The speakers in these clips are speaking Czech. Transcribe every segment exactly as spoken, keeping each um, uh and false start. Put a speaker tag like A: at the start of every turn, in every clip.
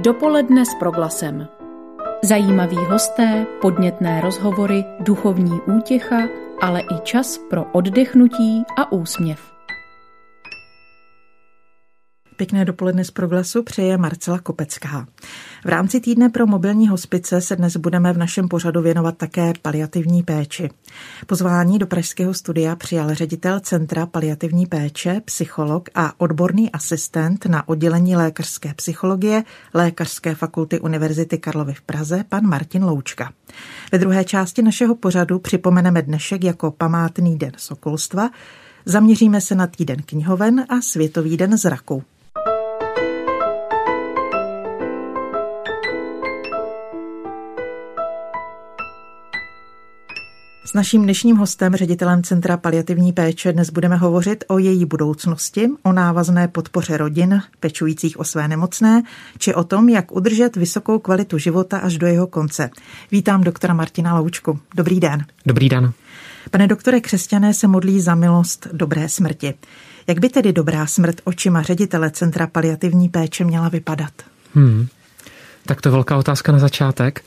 A: Dopoledne s Proglasem. Zajímaví hosté, podnětné rozhovory, duchovní útěcha, ale i čas pro oddechnutí a úsměv.
B: Pěkné dopoledne z Proglasu přeje Marcela Kopecká. V rámci týdne pro mobilní hospice se dnes budeme v našem pořadu věnovat také paliativní péči. Pozvání do pražského studia přijal ředitel Centra paliativní péče, psycholog a odborný asistent na oddělení lékařské psychologie Lékařské fakulty Univerzity Karlovy v Praze, pan Martin Loučka. Ve druhé části našeho pořadu připomeneme dnešek jako památný den sokolstva, zaměříme se na týden knihoven a Světový den zraku. S naším dnešním hostem, ředitelem Centra paliativní péče, dnes budeme hovořit o její budoucnosti, o návazné podpoře rodin pečujících o své nemocné, či o tom, jak udržet vysokou kvalitu života až do jeho konce. Vítám doktora Martina Loučku. Dobrý den.
C: Dobrý den.
B: Pane doktore, křesťané se modlí za milost dobré smrti. Jak by tedy dobrá smrt očima ředitele Centra paliativní péče měla vypadat?
C: Hmm. Tak to je velká otázka na začátek.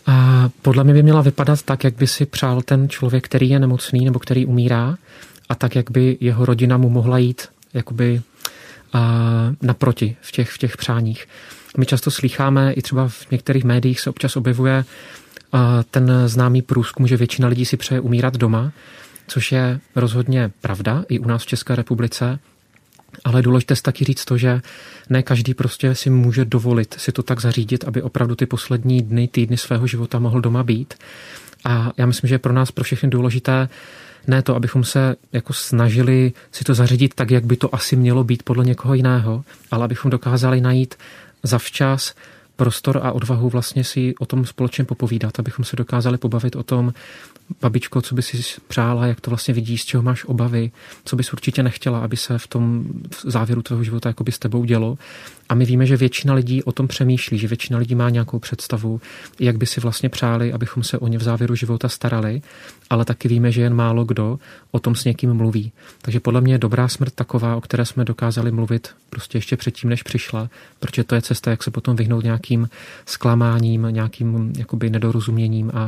C: A podle mě by měla vypadat tak, jak by si přál ten člověk, který je nemocný nebo který umírá, a tak, jak by jeho rodina mu mohla jít jakoby a, naproti v těch, v těch přáních. My často slýcháme, i třeba v některých médiích se občas objevuje a, ten známý průzkum, že většina lidí si přeje umírat doma, což je rozhodně pravda i u nás v České republice. Ale důležité je taky říct to, že ne každý prostě si může dovolit si to tak zařídit, aby opravdu ty poslední dny, týdny svého života mohl doma být. A já myslím, že je pro nás, pro všechny důležité ne to, abychom se jako snažili si to zařídit tak, jak by to asi mělo být podle někoho jiného, ale abychom dokázali najít zavčas prostor a odvahu vlastně si o tom společně popovídat, abychom se dokázali pobavit o tom, babičko, co by si přála, jak to vlastně vidíš, z čeho máš obavy, co bys určitě nechtěla, aby se v tom v závěru tvého života jakoby s tebou dělo. A my víme, že většina lidí o tom přemýšlí, že většina lidí má nějakou představu, jak by si vlastně přáli, abychom se o ně v závěru života starali, ale taky víme, že jen málo kdo o tom s někým mluví. Takže podle mě je dobrá smrt taková, o které jsme dokázali mluvit prostě ještě předtím, než přišla, protože to je cesta, jak se potom vyhnout nějakým zklamáním, nějakým jakoby nedorozuměním a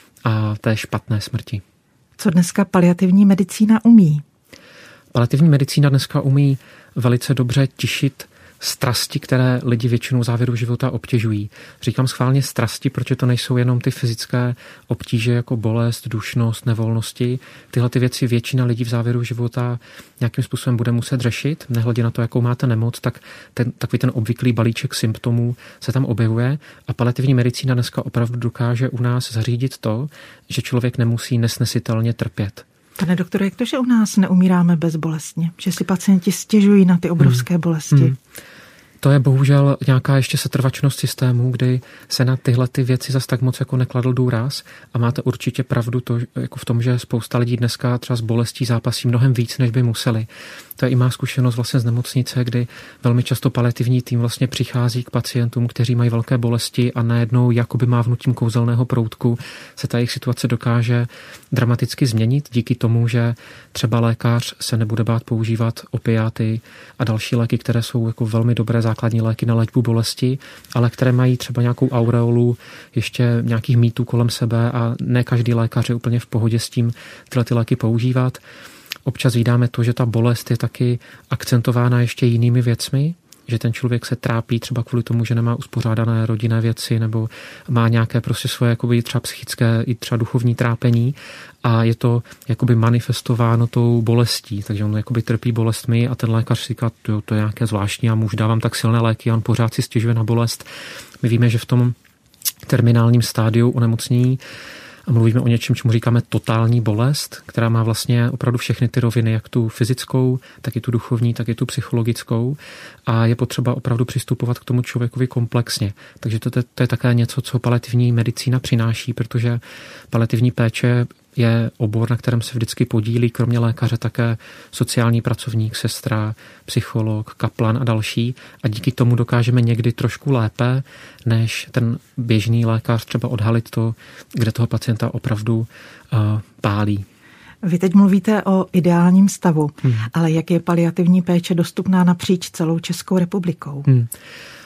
C: a té špatné smrti.
B: Co dneska paliativní medicína umí?
C: Paliativní medicína dneska umí velice dobře tišit strasti, které lidi většinou v závěru života obtěžují. Říkám schválně strasti, protože to nejsou jenom ty fyzické obtíže jako bolest, dušnost, nevolnosti. Tyhle ty věci většina lidí v závěru života nějakým způsobem bude muset řešit. Nehledě na to, jakou máte nemoc, tak ten, takový ten obvyklý balíček symptomů se tam objevuje a paliativní medicína dneska opravdu dokáže u nás zařídit to, že člověk nemusí nesnesitelně trpět.
B: Pane doktore, jak to, že u nás neumíráme bezbolestně? Že si pacienti stěžují na ty obrovské hmm. bolesti? Hmm.
C: To je bohužel nějaká ještě setrvačnost systému, kdy se na tyhle ty věci zas tak moc jako nekladl důraz a máte určitě pravdu to, jako v tom, že spousta lidí dneska třeba z bolestí zápasí mnohem víc, než by museli. To je i má zkušenost vlastně z nemocnice, kdy velmi často paliativní tým vlastně přichází k pacientům, kteří mají velké bolesti a najednou jakoby mávnutím kouzelného proutku se ta jejich situace dokáže dramaticky změnit díky tomu, že třeba lékař se nebude bát používat opiáty a další léky, které jsou jako velmi dobré základní léky na léčbu bolesti, ale které mají třeba nějakou aureolu ještě nějakých mýtů kolem sebe a ne každý lékař je úplně v pohodě s tím tyhle ty léky používat. Občas vídáme to, že ta bolest je taky akcentována ještě jinými věcmi, že ten člověk se trápí třeba kvůli tomu, že nemá uspořádané rodinné věci nebo má nějaké prostě svoje jakoby třeba psychické i třeba duchovní trápení a je to jakoby manifestováno tou bolestí, takže on jakoby trpí bolestmi a ten lékař říká, to, to je nějaké zvláštní, já mu už dávám tak silné léky a on pořád si stěžuje na bolest. My víme, že v tom terminálním stádiu onemocnění a mluvíme o něčem, čemu říkáme totální bolest, která má vlastně opravdu všechny ty roviny, jak tu fyzickou, tak i tu duchovní, tak i tu psychologickou a je potřeba opravdu přistupovat k tomu člověkovi komplexně. Takže to, to, to je také něco, co paliativní medicína přináší, protože paliativní péče je obor, na kterém se vždycky podílí kromě lékaře také sociální pracovník, sestra, psycholog, kaplan a další a díky tomu dokážeme někdy trošku lépe než ten běžný lékař třeba odhalit to, kde toho pacienta opravdu uh, pálí.
B: Vy teď mluvíte o ideálním stavu, hmm. ale jak je paliativní péče dostupná napříč celou Českou republikou?
C: Hmm.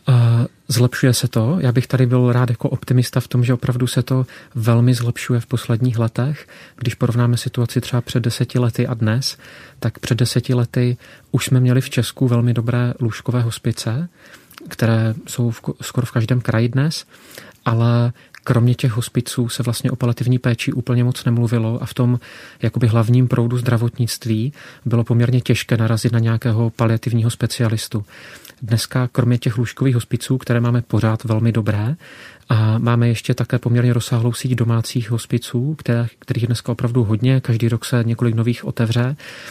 C: Zlepšuje se to. Já bych tady byl rád jako optimista v tom, že opravdu se to velmi zlepšuje v posledních letech. Když porovnáme situaci třeba před deseti lety a dnes, tak před deseti lety už jsme měli v Česku velmi dobré lůžkové hospice, které jsou v, skoro v každém kraji dnes, ale kromě těch hospiců se vlastně o paliativní péči úplně moc nemluvilo a v tom jakoby hlavním proudu zdravotnictví bylo poměrně těžké narazit na nějakého paliativního specialistu. Dneska kromě těch lůžkových hospiců, které máme pořád velmi dobré, a máme ještě také poměrně rozsáhlou síť domácích hospiců, které, kterých je dneska opravdu hodně, každý rok se několik nových otevře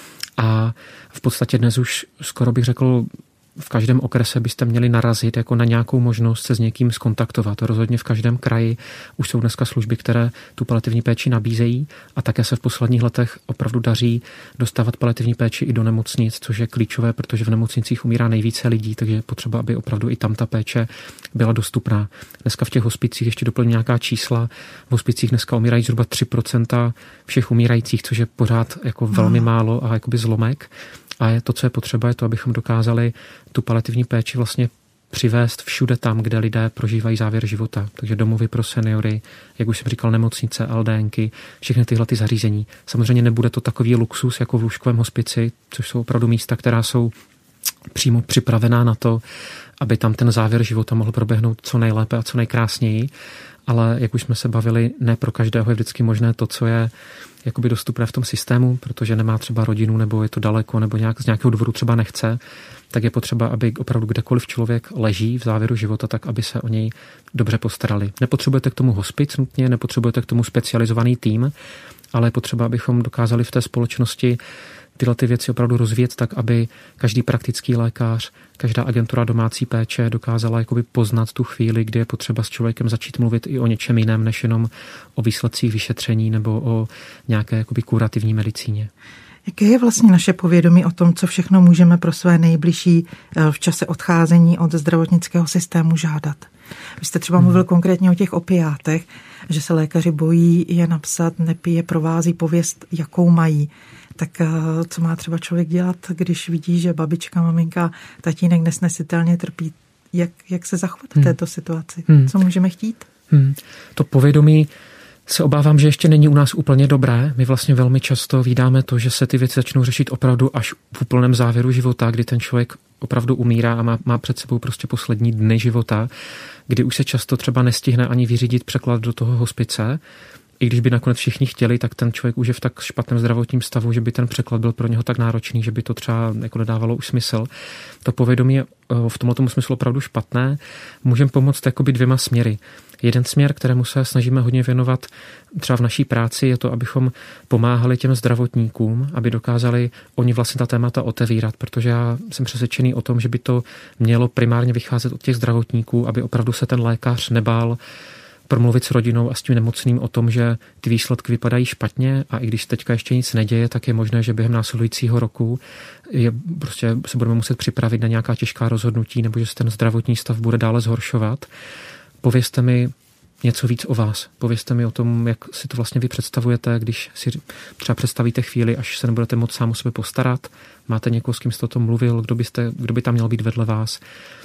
C: a v podstatě dnes už skoro bych řekl, v každém okrese byste měli narazit jako na nějakou možnost se s někým skontaktovat. Rozhodně v každém kraji už jsou dneska služby, které tu paliativní péči nabízejí a také se v posledních letech opravdu daří dostávat paliativní péči i do nemocnic, což je klíčové, protože v nemocnicích umírá nejvíce lidí, takže je potřeba, aby opravdu i tam ta péče byla dostupná. Dneska v těch hospicích ještě doplním nějaká čísla. V hospicích dneska umírají zhruba tři procenta všech umírajících, což je pořád jako velmi málo a jakoby zlomek. A je to, co je potřeba, je to, abychom dokázali tu paliativní péči vlastně přivést všude tam, kde lidé prožívají závěr života. Takže domovy pro seniory, jak už jsem říkal, nemocnice, LDNky, všechny tyhle ty zařízení. Samozřejmě nebude to takový luxus jako v lůžkovém hospici, což jsou opravdu místa, která jsou přímo připravená na to, aby tam ten závěr života mohl proběhnout co nejlépe a co nejkrásněji. Ale jak už jsme se bavili, ne pro každého je vždycky možné to, co je jakoby dostupné v tom systému, protože nemá třeba rodinu, nebo je to daleko, nebo nějak, z nějakého důvodu třeba nechce, tak je potřeba, aby opravdu kdekoliv člověk leží v závěru života, tak aby se o něj dobře postarali. Nepotřebujete k tomu hospic nutně, nepotřebujete k tomu specializovaný tým, ale je potřeba, abychom dokázali v té společnosti tyhle ty věci opravdu rozvíjet tak, aby každý praktický lékař, každá agentura domácí péče dokázala jakoby poznat tu chvíli, kdy je potřeba s člověkem začít mluvit i o něčem jiném, než jenom o výsledcích vyšetření nebo o nějaké jakoby kurativní medicíně.
B: Jaké je vlastně naše povědomí o tom, co všechno můžeme pro své nejbližší v čase odcházení od zdravotnického systému žádat? Vy jste třeba mluvil hmm. konkrétně o těch opiátech, že se lékaři bojí je napsat, nepije, provází pověst, jakou mají. Tak co má třeba člověk dělat, když vidí, že babička, maminka, tatínek nesnesitelně trpí? Jak, jak se zachovat v této situaci? Hmm. Co můžeme chtít?
C: Hmm. To povědomí se obávám, že ještě není u nás úplně dobré. My vlastně velmi často vídáme to, že se ty věci začnou řešit opravdu až v úplném závěru života, kdy ten člověk opravdu umírá a má, má před sebou prostě poslední dny života, kdy už se často třeba nestihne ani vyřídit překlad do toho hospice. I když by nakonec všichni chtěli, tak ten člověk už je v tak špatném zdravotním stavu, že by ten překlad byl pro něho tak náročný, že by to třeba jako nedávalo už smysl. To povědomí je v tomto smyslu opravdu špatné. Můžeme pomoct jakoby dvěma směry. Jeden směr, kterému se snažíme hodně věnovat třeba v naší práci, je to, abychom pomáhali těm zdravotníkům, aby dokázali oni vlastně ta témata otevírat, protože já jsem přesvědčený o tom, že by to mělo primárně vycházet od těch zdravotníků, aby opravdu se ten lékař nebál promluvit s rodinou a s tím nemocným o tom, že ty výsledky vypadají špatně a i když teďka ještě nic neděje, tak je možné, že během následujícího roku je, prostě se budeme muset připravit na nějaká těžká rozhodnutí nebo že se ten zdravotní stav bude dále zhoršovat. Povězte mi něco víc o vás. Povězte mi o tom, jak si to vlastně vy představujete, když si třeba představíte chvíli, až se nebudete moc sám o sebe postarat. Máte někoho, s kým jste o tom mluvil, kdo, byste, kdo by tam měl být vedle vás.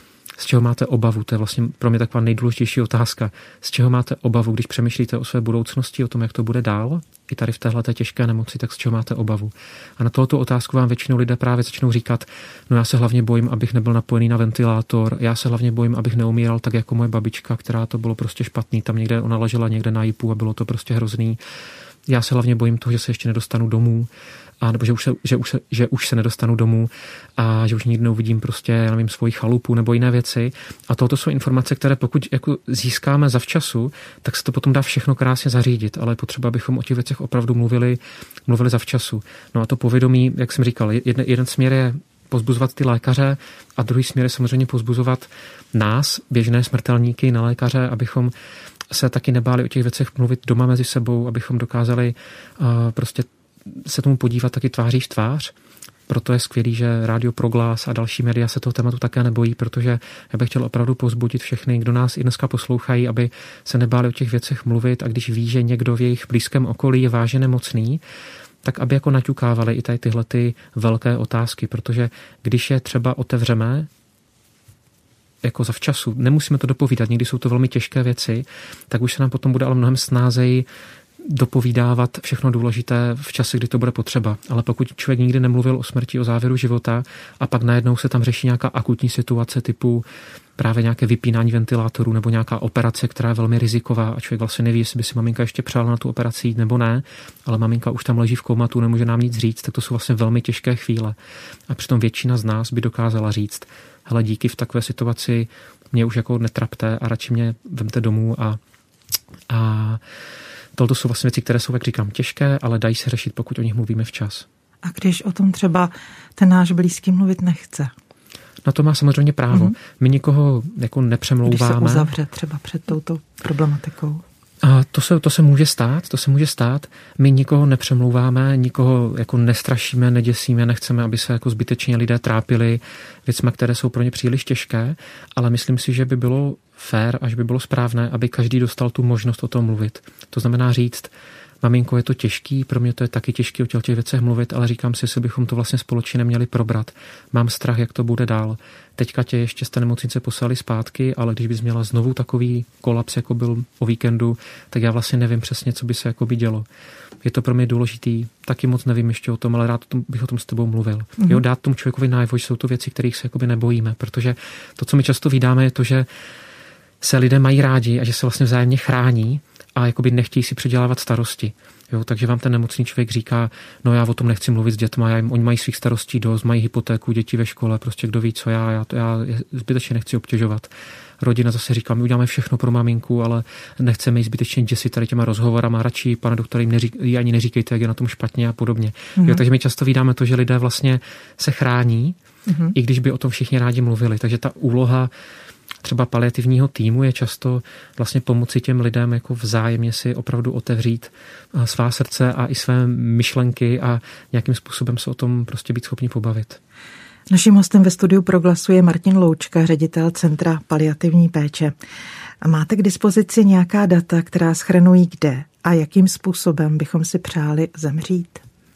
C: Z čeho máte obavu? To je vlastně pro mě taková nejdůležitější otázka. Z čeho máte obavu, když přemýšlíte o své budoucnosti, o tom, jak to bude dál? I tady v téhleté těžké nemoci, tak z čeho máte obavu? A na tohoto otázku vám většinou lidé právě začnou říkat, no já se hlavně bojím, abych nebyl napojený na ventilátor, já se hlavně bojím, abych neumíral tak jako moje babička, která to bylo prostě špatný, tam někde ona ležela někde na jipu a bylo to prostě hrozný. Já se hlavně bojím toho, že se ještě nedostanu domů, a nebo že už, se, že, už se, že už se nedostanu domů a že už nikdy neuvidím prostě, já nevím, svoji chalupu nebo jiné věci. A tohoto jsou informace, které pokud jako získáme zavčasu, tak se to potom dá všechno krásně zařídit, ale je potřeba, abychom o těch věcech opravdu mluvili, mluvili zavčasu. No a to povědomí, jak jsem říkal, jeden, jeden směr je pozbuzovat ty lékaře a druhý směr je samozřejmě pozbuzovat nás, běžné smrtelníky, na lékaře, abychom se taky nebáli o těch věcech mluvit doma mezi sebou, abychom dokázali uh, prostě se tomu podívat taky tváří v tvář. Proto je skvělý, že Rádio Proglas a další média se toho tématu také nebojí, protože já bych chtěl opravdu povzbudit všechny, kdo nás i dneska poslouchají, aby se nebáli o těch věcech mluvit a když ví, že někdo v jejich blízkém okolí je vážně nemocný, tak aby jako naťukávali i tady tyhle ty velké otázky, protože když je třeba otevřeme, jako zavčasu, nemusíme to dopovídat, někdy jsou to velmi těžké věci, tak už se nám potom bude ale mnohem snázeji dopovídávat všechno důležité v čase, kdy to bude potřeba. Ale pokud člověk nikdy nemluvil o smrti, o závěru života a pak najednou se tam řeší nějaká akutní situace typu právě nějaké vypínání ventilátorů nebo nějaká operace, která je velmi riziková a člověk vlastně neví, jestli by si maminka ještě přála na tu operaci jít nebo ne, ale maminka už tam leží v komatu, nemůže nám nic říct, tak to jsou vlastně velmi těžké chvíle. A přitom většina z nás by dokázala říct: hele, díky, v takové situaci mě už jako netrapte a radši mě vemte domů a, a tohle jsou vlastně věci, které jsou, jak říkám, těžké, ale dají se řešit, pokud o nich mluvíme včas.
B: A když o tom třeba ten náš blízký mluvit nechce?
C: Na to má samozřejmě právo. Mm-hmm. My nikoho jako nepřemlouváme.
B: Když se uzavře třeba před touto problematikou.
C: A to se, to se může stát, to se může stát. My nikoho nepřemlouváme, nikoho jako nestrašíme, neděsíme, nechceme, aby se jako zbytečně lidé trápili věcmi, které jsou pro ně příliš těžké, ale myslím si, že by bylo fér, až by bylo správné, aby každý dostal tu možnost o tom mluvit. To znamená říct: maminko, je to těžký, pro mě to je taky těžký o těch, těch věcech mluvit, ale říkám si, jestli bychom to vlastně společně neměli probrat. Mám strach, jak to bude dál. Teďka tě ještě z té nemocnice poslali zpátky, ale když bys měla znovu takový kolaps, jako byl o víkendu, tak já vlastně nevím přesně, co by se jako by dělo. Je to pro mě důležitý, taky moc nevím ještě o tom, ale rád bych o tom s tebou mluvil. Mm-hmm. Jo, dát tomu člověkovi najevo, že jsou to věci, kterých se jakoby nebojíme, protože to, co my často vídáme, je to, že se lidé mají rádi a že se vlastně vzájemně chrání a jakoby nechtějí si předělávat starosti. Jo, takže vám ten nemocný člověk říká: no já o tom nechci mluvit s dětma, já jim, oni mají svých starostí dost, mají hypotéku, děti ve škole, prostě kdo ví co, já, já, já zbytečně nechci obtěžovat. Rodina zase říká: my uděláme všechno pro maminku, ale nechceme jí zbytečně děsit tady těma rozhovorama, radši, pane doktore, jim neřík, jí ani neříkejte, jak je na tom špatně a podobně. Mm-hmm. Jo, takže my často vídáme to, že lidé vlastně se chrání, mm-hmm. i když by o tom všichni rádi mluvili. Takže ta úloha třeba paliativního týmu je často vlastně pomoci těm lidem jako vzájemně si opravdu otevřít svá srdce a i své myšlenky a nějakým způsobem se o tom prostě být schopni pobavit.
B: Naším hostem ve studiu Proglasu je Martin Loučka, ředitel Centra paliativní péče. A máte k dispozici nějaká data, která shrnují, kde a jakým způsobem bychom si přáli zemřít?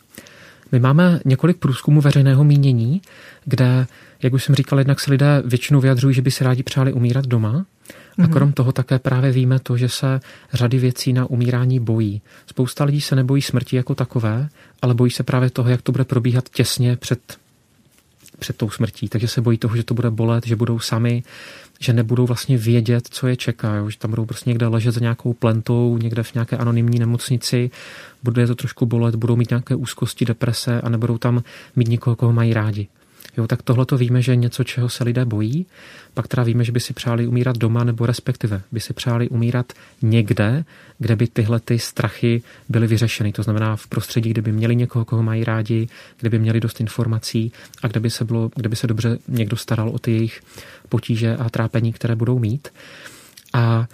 C: My máme několik průzkumů veřejného mínění, kde, jak už jsem říkal, jednak se lidé většinou vyjadřují, že by si rádi přáli umírat doma. A krom toho také právě víme to, že se řady věcí na umírání bojí. Spousta lidí se nebojí smrti jako takové, ale bojí se právě toho, jak to bude probíhat těsně před, před tou smrtí. Takže se bojí toho, že to bude bolet, že budou sami, že nebudou vlastně vědět, co je čeká. Jo? Že tam budou prostě někde ležet za nějakou plentou, někde v nějaké anonymní nemocnici, bude to trošku bolet, budou mít nějaké úzkosti, deprese a nebudou tam mít nikoho, koho mají rádi. Jo, tak tohle to víme, že je něco, čeho se lidé bojí. Pak teda víme, že by si přáli umírat doma, nebo respektive by si přáli umírat někde, kde by tyhle ty strachy byly vyřešeny. To znamená v prostředí, kde by měli někoho, koho mají rádi, kde by měli dost informací a kde by se, bylo, kde by se dobře někdo staral o ty jejich potíže a trápení, které budou mít. A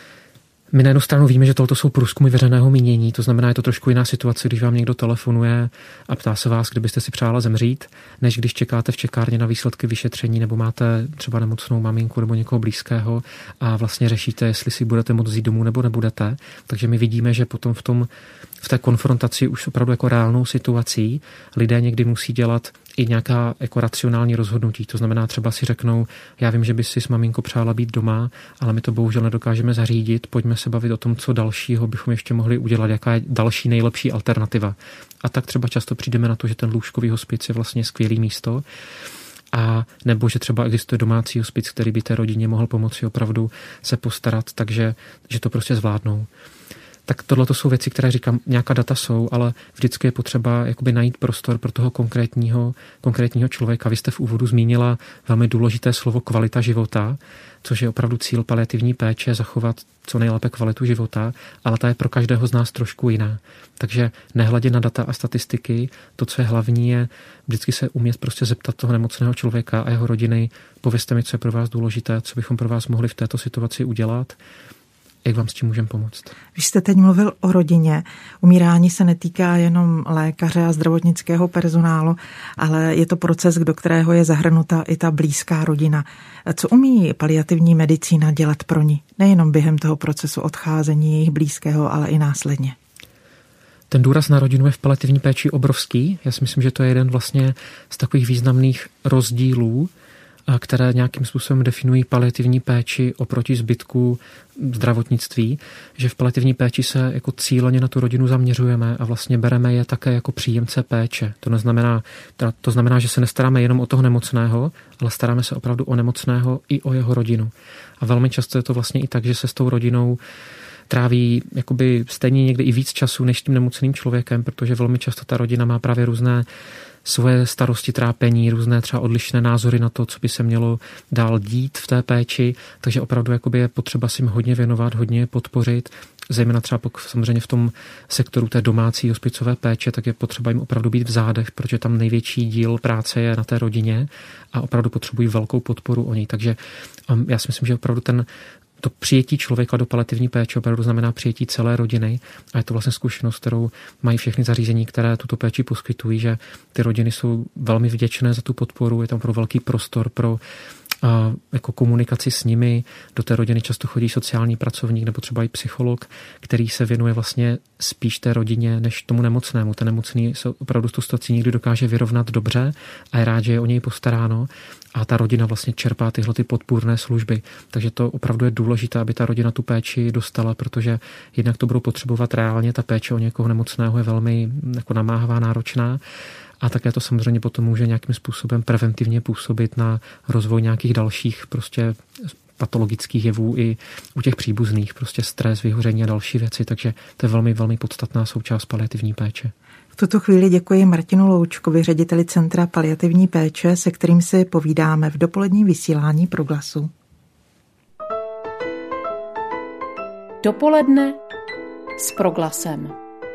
C: my na jednu stranu víme, že tohle jsou průzkumy veřejného mínění, to znamená, je to trošku jiná situace, když vám někdo telefonuje a ptá se vás, kde byste si přála zemřít, než když čekáte v čekárně na výsledky vyšetření nebo máte třeba nemocnou maminku nebo někoho blízkého a vlastně řešíte, jestli si budete moct jít domů nebo nebudete. Takže my vidíme, že potom v tom v té konfrontaci už opravdu jako reálnou situací lidé někdy musí dělat i nějaká jako racionální rozhodnutí. To znamená, třeba si řeknou: já vím, že by si s maminkou přála být doma, ale my to bohužel nedokážeme zařídit, pojďme se bavit o tom, co dalšího bychom ještě mohli udělat, jaká je další nejlepší alternativa. A tak třeba často přijdeme na to, že ten lůžkový hospic je vlastně skvělý místo, a nebo že třeba existuje domácí hospic, který by té rodině mohl pomoci opravdu se postarat, takže že to prostě zvládnou. Tak tohle to jsou věci, které říkám, nějaká data jsou, ale vždycky je potřeba jakoby najít prostor pro toho konkrétního, konkrétního člověka. Vy jste v úvodu zmínila velmi důležité slovo kvalita života, což je opravdu cíl paliativní péče, zachovat co nejlépe kvalitu života, ale ta je pro každého z nás trošku jiná. Takže nehledě na data a statistiky, to, co je hlavní, je vždycky se umět prostě zeptat toho nemocného člověka a jeho rodiny: povězte mi, co je pro vás důležité, co bychom pro vás mohli v této situaci udělat. Jak vám s tím můžeme pomoct?
B: Když jste teď mluvil o rodině, umírání se netýká jenom lékaře a zdravotnického personálu, ale je to proces, do kterého je zahrnuta i ta blízká rodina. Co umí paliativní medicína dělat pro ní? Nejenom během toho procesu odcházení jejich blízkého, ale i následně.
C: Ten důraz na rodinu je v paliativní péči obrovský. Já si myslím, že to je jeden vlastně z takových významných rozdílů které nějakým způsobem definují paliativní péči oproti zbytku zdravotnictví, že v paliativní péči se jako cíleně na tu rodinu zaměřujeme a vlastně bereme je také jako příjemce péče. To neznamená, to znamená, že se nestaráme jenom o toho nemocného, ale staráme se opravdu o nemocného i o jeho rodinu. A velmi často je to vlastně i tak, že se s tou rodinou tráví jakoby stejně někdy i víc času než tím nemocným člověkem, protože velmi často ta rodina má právě různé svoje starosti, trápení, různé třeba odlišné názory na to, co by se mělo dál dít v té péči, takže opravdu jakoby je potřeba si jim hodně věnovat, hodně podpořit, zejména třeba pokud samozřejmě v tom sektoru té domácí hospicové péče, tak je potřeba jim opravdu být v zádech, protože tam největší díl práce je na té rodině a opravdu potřebují velkou podporu o něj. Takže um, já si myslím, že opravdu ten to přijetí člověka do paliativní péče opravdu znamená přijetí celé rodiny a je to vlastně zkušenost, kterou mají všechny zařízení, které tuto péči poskytují, že ty rodiny jsou velmi vděčné za tu podporu, je tam pro velký prostor pro a jako komunikaci s nimi. Do té rodiny často chodí sociální pracovník nebo třeba i psycholog, který se věnuje vlastně spíš té rodině než tomu nemocnému. Ten nemocný se opravdu s tou situací někdy dokáže vyrovnat dobře a je rád, že je o něj postaráno a ta rodina vlastně čerpá tyhle ty podpůrné služby. Takže to opravdu je důležité, aby ta rodina tu péči dostala, protože jednak to budou potřebovat reálně. Ta péče o někoho nemocného je velmi jako namáhavá, náročná. A také to samozřejmě potom může nějakým způsobem preventivně působit na rozvoj nějakých dalších prostě patologických jevů i u těch příbuzných, prostě stres, vyhoření a další věci, takže to je velmi, velmi podstatná součást paliativní péče.
B: V tuto chvíli děkuji Martinu Loučkovi, řediteli Centra paliativní péče, se kterým si povídáme v dopoledním vysílání Proglasu.
A: Dopoledne s Proglasem.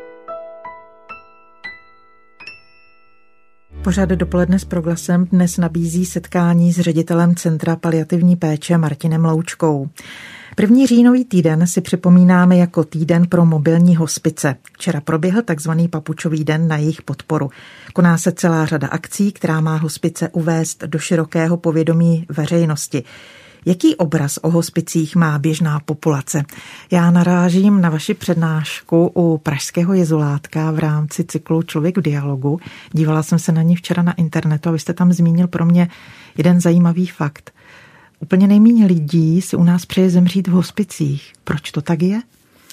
B: Pořad Dopoledne s Proglasem dnes nabízí setkání s ředitelem Centra paliativní péče Martinem Loučkou. První říjnový týden si připomínáme jako týden pro mobilní hospice. Včera proběhl takzvaný papučový den na jejich podporu. Koná se celá řada akcí, která má hospice uvést do širokého povědomí veřejnosti. Jaký obraz o hospicích má běžná populace? Já narážím na vaši přednášku u pražského jezulátka v rámci cyklu Člověk v dialogu. Dívala jsem se na ní včera na internetu a vy jste tam zmínil pro mě jeden zajímavý fakt. Úplně nejméně lidí si u nás přeje zemřít v hospicích. Proč to tak je?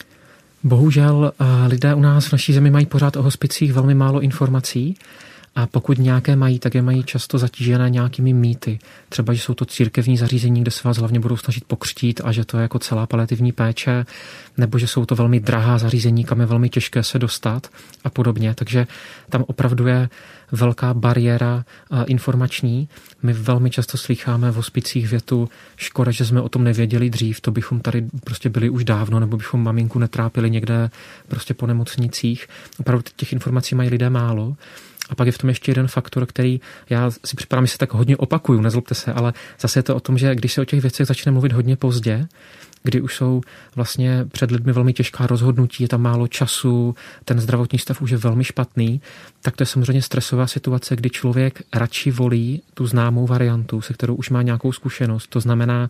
C: Bohužel lidé u nás v naší zemi mají pořád o hospicích velmi málo informací. A pokud nějaké mají, tak je mají často zatížené nějakými mýty. Třeba, že jsou to církevní zařízení, kde se vás hlavně budou snažit pokřtít a že to je jako celá paliativní péče, nebo že jsou to velmi drahá zařízení, kam je velmi těžké se dostat a podobně. Takže tam opravdu je velká bariéra informační. My velmi často slýcháme v hospicích větu, škoda, že jsme o tom nevěděli dřív, to bychom tady prostě byli už dávno, nebo bychom maminku netrápili někde prostě po nemocnicích. Opravdu těch informací mají lidé málo. A pak je v tom ještě jeden faktor, který já si připadám, že se tak hodně opakuju, nezlobte se, ale zase je to o tom, že když se o těch věcech začne mluvit hodně pozdě, kdy už jsou vlastně před lidmi velmi těžká rozhodnutí, je tam málo času, ten zdravotní stav už je velmi špatný, tak to je samozřejmě stresová situace, kdy člověk radši volí tu známou variantu, se kterou už má nějakou zkušenost. To znamená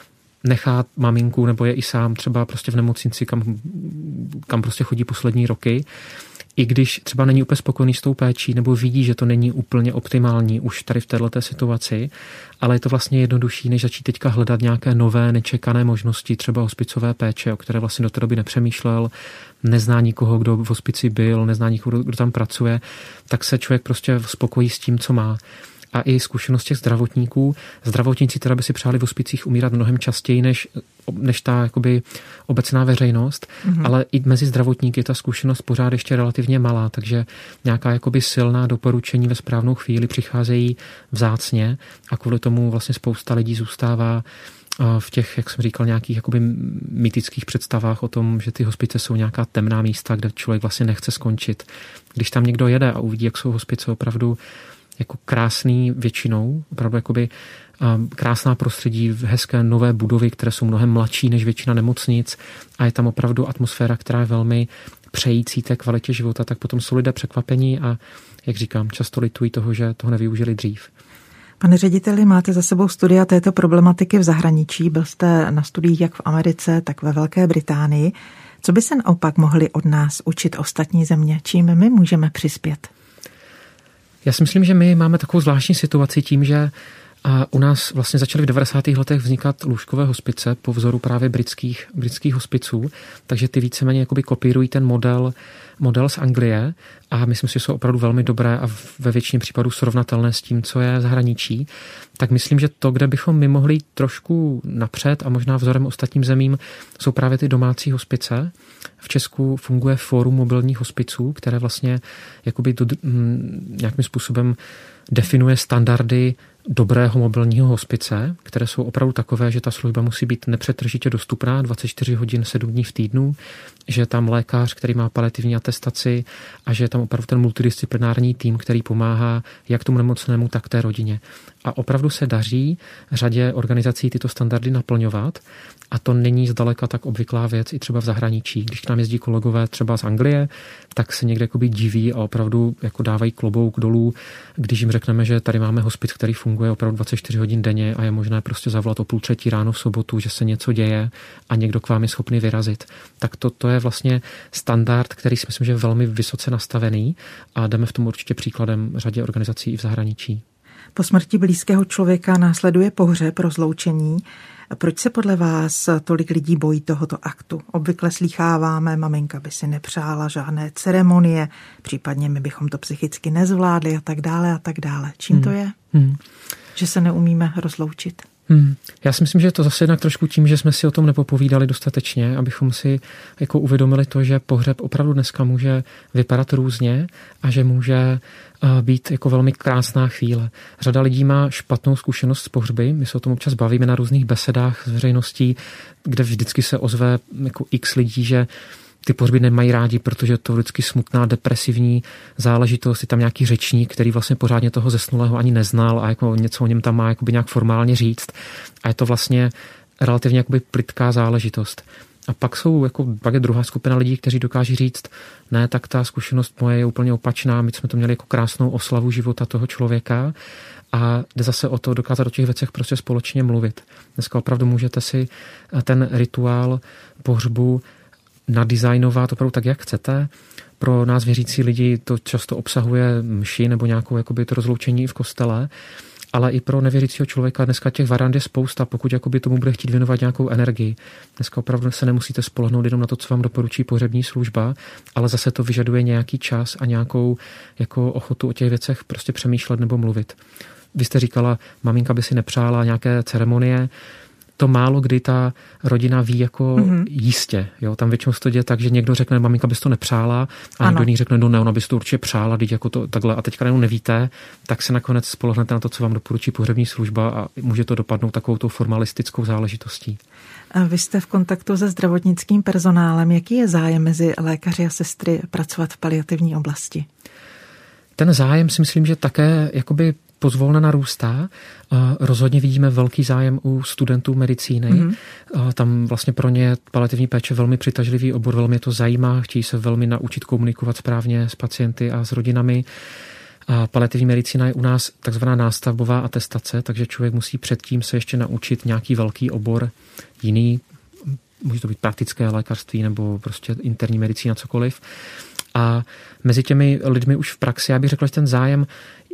C: nechat maminku, nebo je i sám třeba prostě v nemocnici, kam, kam prostě chodí poslední roky, i když třeba není úplně spokojený s tou péčí nebo vidí, že to není úplně optimální už tady v této situaci, ale je to vlastně jednodušší, než začít teďka hledat nějaké nové, nečekané možnosti, třeba hospicové péče, o které vlastně do té doby nepřemýšlel, nezná nikoho, kdo v hospici byl, nezná nikoho, kdo tam pracuje, tak se člověk prostě spokojí s tím, co má. A i zkušenost těch zdravotníků. Zdravotníci teda by si přáli v hospicích umírat mnohem častěji než, než ta jakoby obecná veřejnost, mm-hmm. ale i mezi zdravotníky ta zkušenost pořád ještě relativně malá, takže nějaká jakoby silná doporučení ve správnou chvíli přicházejí vzácně a kvůli tomu vlastně spousta lidí zůstává v těch, jak jsem říkal, nějakých jakoby mytických představách o tom, že ty hospice jsou nějaká temná místa, kde člověk vlastně nechce skončit. Když tam někdo jede a uvidí, jak jsou hospice opravdu jako krásný většinou, opravdu jakoby krásná prostředí, hezké nové budovy, které jsou mnohem mladší než většina nemocnic a je tam opravdu atmosféra, která je velmi přející té kvalitě života, tak potom jsou lidé překvapení a, jak říkám, často litují toho, že toho nevyužili dřív.
B: Pane řediteli, máte za sebou studia této problematiky v zahraničí, byl jste na studiích jak v Americe, tak ve Velké Británii. Co by se naopak mohli od nás učit ostatní země? Čím my můžeme přispět?
C: Já si myslím, že my máme takovou zvláštní situaci tím, že A u nás vlastně začaly v devadesátých letech vznikat lůžkové hospice po vzoru právě britských, britských hospiců, takže ty víceméně jakoby kopírují ten model, model z Anglie a myslím si, že jsou opravdu velmi dobré a ve většině případů srovnatelné s tím, co je v zahraničí. Tak myslím, že to, kde bychom my mohli napřed napřed a možná vzorem ostatním zemím, jsou právě ty domácí hospice. V Česku funguje Fórum mobilních hospiců, které vlastně jakoby do, m, nějakým způsobem definuje standardy dobrého mobilního hospice, které jsou opravdu takové, že ta služba musí být nepřetržitě dostupná dvacet čtyři hodin sedm dní v týdnu, že je tam lékař, který má paliativní atestaci a že je tam opravdu ten multidisciplinární tým, který pomáhá jak tomu nemocnému, tak té rodině. A opravdu se daří řadě organizací tyto standardy naplňovat a to není zdaleka tak obvyklá věc i třeba v zahraničí. Když k nám jezdí kolegové třeba z Anglie, tak se někde jakoby diví a opravdu jako dávají klobouk dolů, když jim řekneme, že tady máme hospic, který funguje opravdu dvacet čtyři hodin denně a je možné prostě zavolat o půl třetí ráno v sobotu, že se něco děje a někdo k vám je schopný vyrazit. Tak to, to je vlastně standard, který si myslím, že je velmi vysoce nastavený a jdeme v tom určitě příkladem řadě organizací i v zahraničí.
B: Po smrti blízkého člověka následuje pohřeb, rozloučení. Proč se podle vás tolik lidí bojí tohoto aktu? Obvykle slýcháváme, maminka by si nepřála žádné ceremonie, případně my bychom to psychicky nezvládli a tak dále a tak dále. Čím hmm. to je? Hmm. Že se neumíme rozloučit?
C: Hmm. Já si myslím, že je to zase jednak trošku tím, že jsme si o tom nepopovídali dostatečně, abychom si jako uvědomili to, že pohřeb opravdu dneska může vypadat různě a že může být jako velmi krásná chvíle. Řada lidí má špatnou zkušenost s pohřby, my se o tom občas bavíme na různých besedách s veřejností, kde vždycky se ozve jako x lidí, že ty pohřby nemají rádi, protože to je vždycky smutná, depresivní záležitost. Je tam nějaký řečník, který vlastně pořádně toho zesnulého ani neznal a jako něco o něm tam má jakoby nějak formálně říct. A je to vlastně relativně jakoby plytká záležitost. A pak jsou jako, pak je druhá skupina lidí, kteří dokáží říct, ne, tak ta zkušenost moje je úplně opačná, my jsme to měli jako krásnou oslavu života toho člověka a jde zase o to dokázat o těch věcech prostě společně mluvit. Dneska opravdu můžete si ten rituál pohřbu nadizajnovat opravdu tak, jak chcete. Pro nás věřící lidi to často obsahuje mši nebo nějakou jakoby to rozloučení v kostele, ale i pro nevěřícího člověka dneska těch variant je spousta, pokud jakoby tomu bude chtít věnovat nějakou energii. Dneska opravdu se nemusíte spolehnout jenom na to, co vám doporučí pohřební služba, ale zase to vyžaduje nějaký čas a nějakou jako ochotu o těch věcech prostě přemýšlet nebo mluvit. Vy jste říkala, maminka by si nepřála nějaké ceremonie. To málo kdy ta rodina ví jako mm-hmm. jistě. Jo? Tam většinou se to děje tak, že někdo řekne, maminka bys to nepřála a ano. někdo jiný řekne, no ne, ona bys to určitě přála, teď jako to takhle a teďka jenom nevíte, tak se nakonec spolehnete na to, co vám doporučí pohřební služba a může to dopadnout takovou tou formalistickou záležitostí.
B: A vy jste v kontaktu se zdravotnickým personálem. Jaký je zájem mezi lékaři a sestry pracovat v paliativní oblasti?
C: Ten zájem si myslím, že také jakoby pozvolna narůstá. Rozhodně vidíme velký zájem u studentů medicíny. Mm-hmm. Tam vlastně pro ně paliativní péče velmi přitažlivý obor, velmi je to zajímá, chtějí se velmi naučit komunikovat správně s pacienty a s rodinami. A paliativní medicína je u nás takzvaná nástavbová atestace, takže člověk musí předtím se ještě naučit nějaký velký obor jiný, může to být praktické lékařství nebo prostě interní medicína, cokoliv. A mezi těmi lidmi už v praxi, já bych řekl, že ten zájem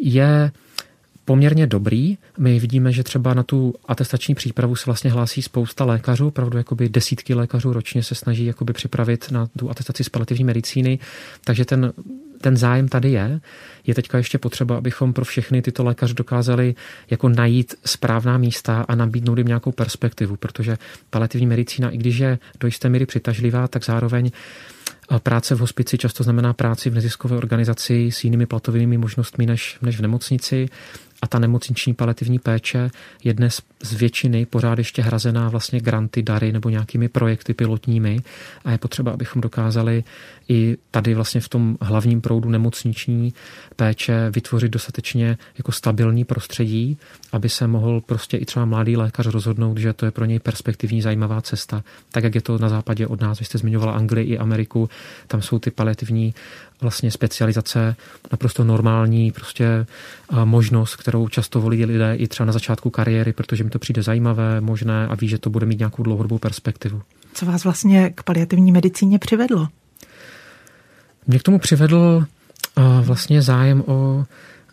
C: je poměrně dobrý. My vidíme, že třeba na tu atestační přípravu se vlastně hlásí spousta lékařů, opravdu jakoby desítky lékařů ročně se snaží jakoby připravit na tu atestaci z paliativní medicíny, takže ten, ten zájem tady je. Je teďka ještě potřeba, abychom pro všechny tyto lékaře dokázali jako najít správná místa a nabídnout jim nějakou perspektivu, protože paliativní medicína, i když je do jisté míry přitažlivá, tak zároveň práce v hospici často znamená práci v neziskové organizaci s jinými platovými možnostmi než, než v nemocnici. A ta nemocniční paliativní péče je dnes z většiny pořád ještě hrazená vlastně granty, dary nebo nějakými projekty pilotními a je potřeba, abychom dokázali i tady vlastně v tom hlavním proudu nemocniční péče vytvořit dostatečně jako stabilní prostředí, aby se mohl prostě i třeba mladý lékař rozhodnout, že to je pro něj perspektivní zajímavá cesta. Tak, jak je to na západě od nás. Vy jste zmiňovala Anglii i Ameriku, tam jsou ty paliativní vlastně specializace naprosto normální prostě možnost, kterou často volí lidé i třeba na začátku kariéry, protože mi to přijde zajímavé, možné a ví, že to bude mít nějakou dlouhodobou perspektivu.
B: Co vás vlastně k paliativní medicíně přivedlo?
C: Mě k tomu přivedl vlastně zájem o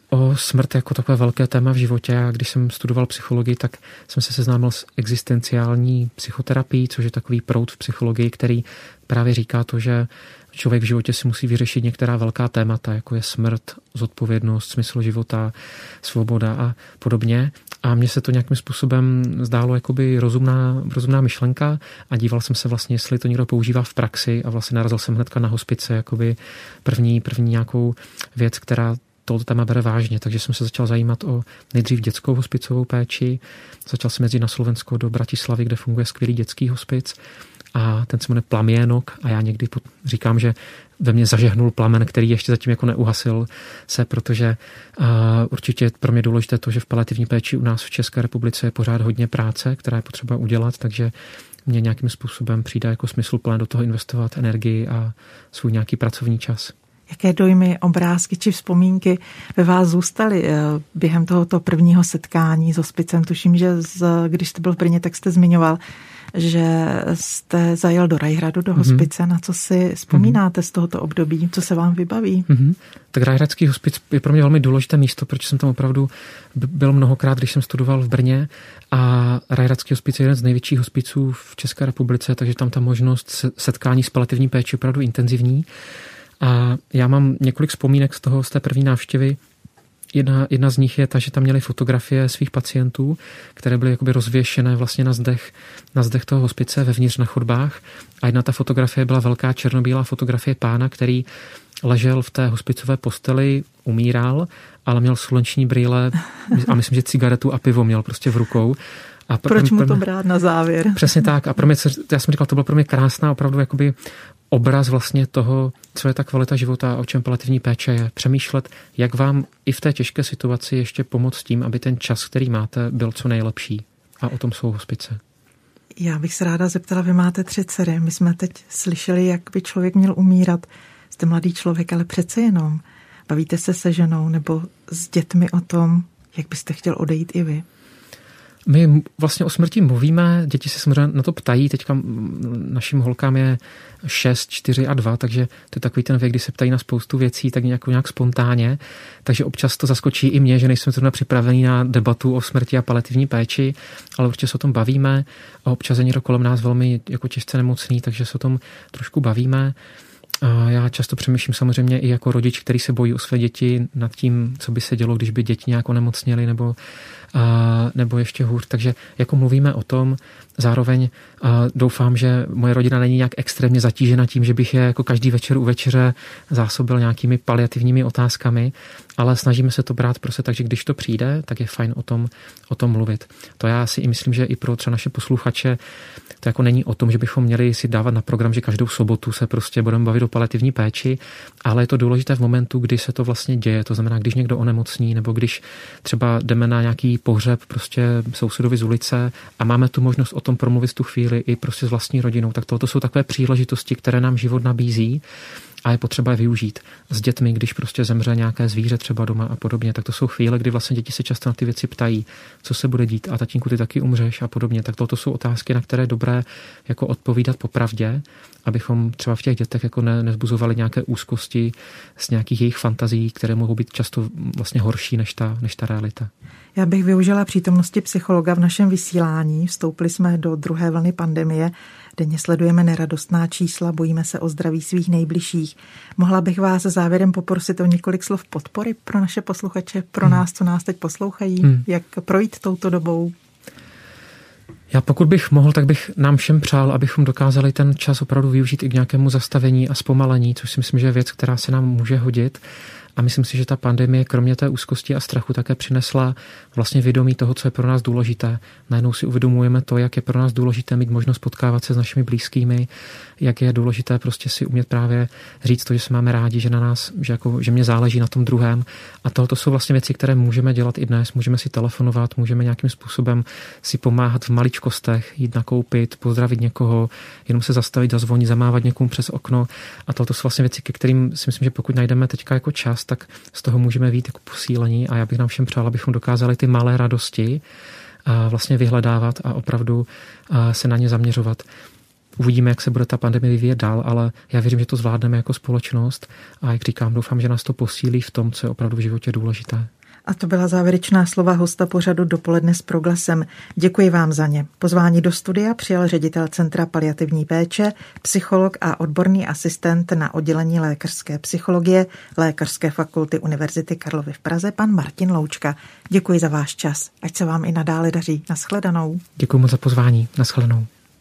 C: o smrt jako takové velké téma v životě. A když jsem studoval psychologii, tak jsem se seznámil s existenciální psychoterapií, což je takový proud v psychologii, který právě říká to, že člověk v životě si musí vyřešit některá velká témata, jako je smrt, zodpovědnost, smysl života, svoboda a podobně. A mně se to nějakým způsobem zdálo jakoby rozumná, rozumná myšlenka a díval jsem se vlastně, jestli to někdo používá v praxi a vlastně narazil jsem hnedka na hospice, jakoby první, první nějakou věc, která tohle téma bere vážně, takže jsem se začal zajímat o nejdřív dětskou hospicovou péči. Začal jsem jezdit na Slovensko do Bratislavy, kde funguje skvělý dětský hospic a ten se jmenuje Plamienok a já někdy říkám, že ve mně zažehnul plamen, který ještě zatím jako neuhasil se, protože uh, určitě je pro mě důležité to, že v paliativní péči u nás v České republice je pořád hodně práce, která je potřeba udělat, takže mě nějakým způsobem přijde jako smysluplné do toho investovat energii a svůj nějaký pracovní čas.
B: Jaké dojmy, obrázky či vzpomínky ve vás zůstaly během tohoto prvního setkání s hospicem? Tuším, že z, když jste byl v Brně, tak jste zmiňoval, že jste zajel do Rajhradu, do hospice. Mm-hmm. Na co si vzpomínáte mm-hmm. z tohoto období? Co se vám vybaví?
C: Mm-hmm. Tak Rajhradský hospic je pro mě velmi důležité místo, protože jsem tam opravdu byl mnohokrát, když jsem studoval v Brně a Rajhradský hospic je jeden z největších hospiců v České republice, takže tam ta možnost setkání s paliativní péči je opravdu intenzivní. A já mám několik vzpomínek z toho, z té první návštěvy. Jedna, jedna z nich je ta, že tam měli fotografie svých pacientů, které byly jakoby rozvěšené vlastně na zdech, na zdech toho hospice vevnitř na chodbách. A jedna ta fotografie byla velká černobílá fotografie pána, který ležel v té hospicové posteli, umíral, ale měl sluneční brýle a myslím, že cigaretu a pivo měl prostě v rukou. A
B: Proč mu to brát na závěr?
C: Přesně tak. A pro mě, já jsem říkal, to bylo pro mě krásná opravdu jakoby obraz vlastně toho, co je ta kvalita života a o čem paliativní péče je. Přemýšlet, jak vám i v té těžké situaci ještě pomoct tím, aby ten čas, který máte, byl co nejlepší. A o tom jsou hospice.
B: Já bych se ráda zeptala, vy máte tři dcery. My jsme teď slyšeli, jak by člověk měl umírat. Jste mladý člověk, ale přece jenom. Bavíte se se ženou nebo s dětmi o tom, jak byste chtěl odejít i vy?
C: My vlastně o smrti mluvíme, děti se samozřejmě na to ptají, teďka našim holkám je šest, čtyři a dva, takže to je takový ten věk, kdy se ptají na spoustu věcí, tak nějak, nějak spontánně, takže občas to zaskočí i mě, že nejsem zrovna připravený na debatu o smrti a paliativní péči, ale určitě se o tom bavíme a občas je někdo kolem nás velmi jako těžce nemocný, takže se o tom trošku bavíme. A já často přemýšlím samozřejmě i jako rodič, který se bojí o své děti nad tím, co by se dělo, když by děti nějak onemocněly nebo, a, nebo ještě hůř. Takže jako mluvíme o tom, zároveň a doufám, že moje rodina není nějak extrémně zatížena tím, že bych je jako každý večer u večeře zásobil nějakými paliativními otázkami, ale snažíme se to brát prostě tak, že když to přijde, tak je fajn o tom, o tom mluvit. To já si i myslím, že i pro třeba naše posluchače to jako není o tom, že bychom měli si dávat na program, že každou sobotu se prostě budeme bavit o paliativní péči, ale je to důležité v momentu, kdy se to vlastně děje. To znamená, když někdo onemocní nebo když třeba jdeme na nějaký pohřeb prostě sousedovi z ulice a máme tu možnost o tom promluvit tu chvíli i prostě s vlastní rodinou, tak tohle jsou takové příležitosti, které nám život nabízí a je potřeba je využít. S dětmi, když prostě zemře nějaké zvíře třeba doma a podobně, tak to jsou chvíle, kdy vlastně děti se často na ty věci ptají, co se bude dít a tatínku, ty taky umřeš a podobně. Tak toto jsou otázky, na které je dobré jako odpovídat popravdě, abychom třeba v těch dětech jako ne, nezbuzovali nějaké úzkosti z nějakých jejich fantazí, které mohou být často vlastně horší než ta, než ta realita.
B: Já bych využila přítomnosti psychologa v našem vysílání. Vstoupili jsme do druhé vlny pandemie. Denně sledujeme neradostná čísla, bojíme se o zdraví svých nejbližších. Mohla bych vás závěrem poprosit o několik slov podpory pro naše posluchače, pro hmm. nás, co nás teď poslouchají, hmm. jak projít touto dobou?
C: Já pokud bych mohl, tak bych nám všem přál, abychom dokázali ten čas opravdu využít i k nějakému zastavení a zpomalení, což si myslím, že je věc, která se nám může hodit. A myslím si, že ta pandemie kromě té úzkosti a strachu také přinesla vlastně vědomí toho, co je pro nás důležité. Najednou si uvědomujeme to, jak je pro nás důležité mít možnost potkávat se s našimi blízkými, jak je důležité prostě si umět právě říct to, že se máme rádi, že na nás, že, jako, že mě záleží na tom druhém. A tohle jsou vlastně věci, které můžeme dělat i dnes. Můžeme si telefonovat, můžeme nějakým způsobem si pomáhat v maličkostech, jít nakoupit, pozdravit někoho, jenom se zastavit, zazvonit, zamávat někomu přes okno. A tohle jsou vlastně věci, ke kterým si myslím, že pokud najdeme teďka jako čas, tak z toho můžeme být jako posílení a já bych nám všem přál, abychom dokázali ty malé radosti a vlastně vyhledávat a opravdu se na ně zaměřovat. Uvidíme, jak se bude ta pandemie vyvíjet dál, ale já věřím, že to zvládneme jako společnost a jak říkám, doufám, že nás to posílí v tom, co je opravdu v životě důležité.
B: A to byla závěrečná slova hosta pořadu Dopoledne s Proglasem. Děkuji vám za ně. Pozvání do studia přijal ředitel Centra paliativní péče, psycholog a odborný asistent na oddělení lékařské psychologie Lékařské fakulty Univerzity Karlovy v Praze, pan Martin Loučka. Děkuji za váš čas. Ať se vám i nadále daří. Naschledanou.
C: Děkuji moc za pozvání. Naschledanou.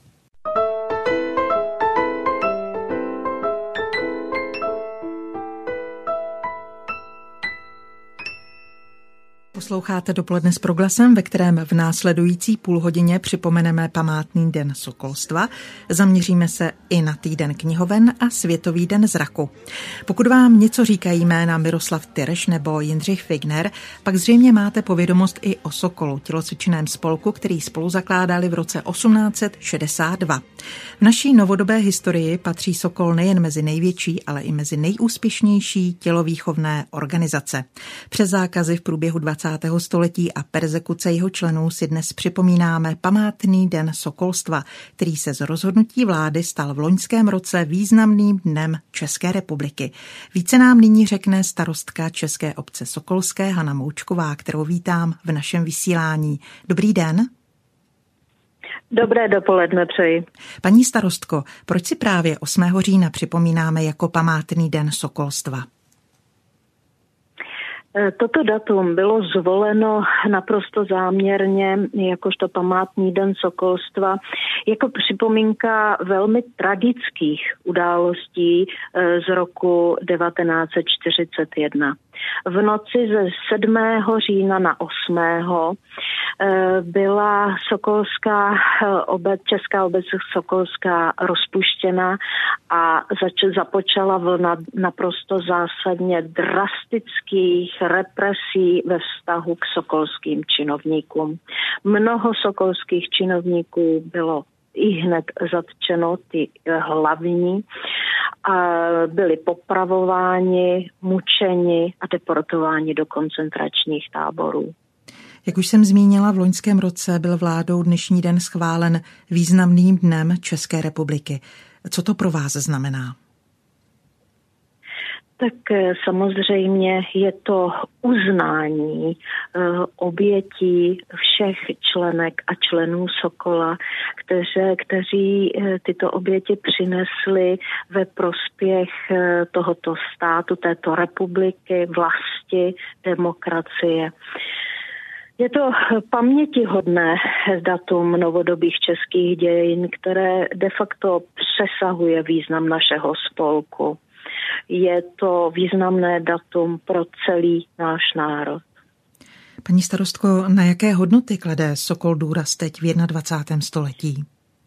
B: Posloucháte Dopoledne s Proglasem, ve kterém v následující půlhodině připomeneme památný den sokolstva. Zaměříme se i na týden knihoven a Světový den zraku. Pokud vám něco říkají jména Miroslav Tyrš nebo Jindřich Figner, pak zřejmě máte povědomost i o Sokolu, tělocvičném spolku, který spolu zakládali v roce osmnáct set šedesát dva. V naší novodobé historii patří Sokol nejen mezi největší, ale i mezi nejúspěšnější tělovýchovné organizace. Přes zákazy v průběhu dvacátého století a perzekuce jeho členů si dnes připomínáme památný den sokolstva, který se z rozhodnutí vlády stal v loňském roce významným dnem České republiky. Více nám nyní řekne starostka České obce Sokolské Hana Moučková, kterou vítám v našem vysílání. Dobrý den.
D: Dobré dopoledne přeji.
B: Paní starostko, proč si právě osmého října připomínáme jako památný den sokolstva?
D: Toto datum bylo zvoleno naprosto záměrně jakožto památný den sokolstva jako připomínka velmi tragických událostí z roku devatenáct set čtyřicet jedna. V noci ze sedmého října na osmého byla Sokolská obec, Česká obec Sokolská rozpuštěna a zač- započala vlna naprosto zásadně drastických represí ve vztahu k sokolským činovníkům. Mnoho sokolských činovníků bylo i hned zatčeno, ty hlavní, a byli popravováni, mučeni a deportováni do koncentračních táborů.
B: Jak už jsem zmínila, v loňském roce byl vládou dnešní den schválen významným dnem České republiky. Co to pro vás znamená?
D: Tak samozřejmě je to uznání obětí všech členek a členů Sokola, kteří, kteří tyto oběti přinesli ve prospěch tohoto státu, této republiky, vlasti, demokracie. Je to pamětihodné datum novodobých českých dějin, které de facto přesahuje význam našeho spolku. Je to významné datum pro celý náš národ.
B: Paní starostko, na jaké hodnoty klade Sokol důraz teď v dvacátém prvním století?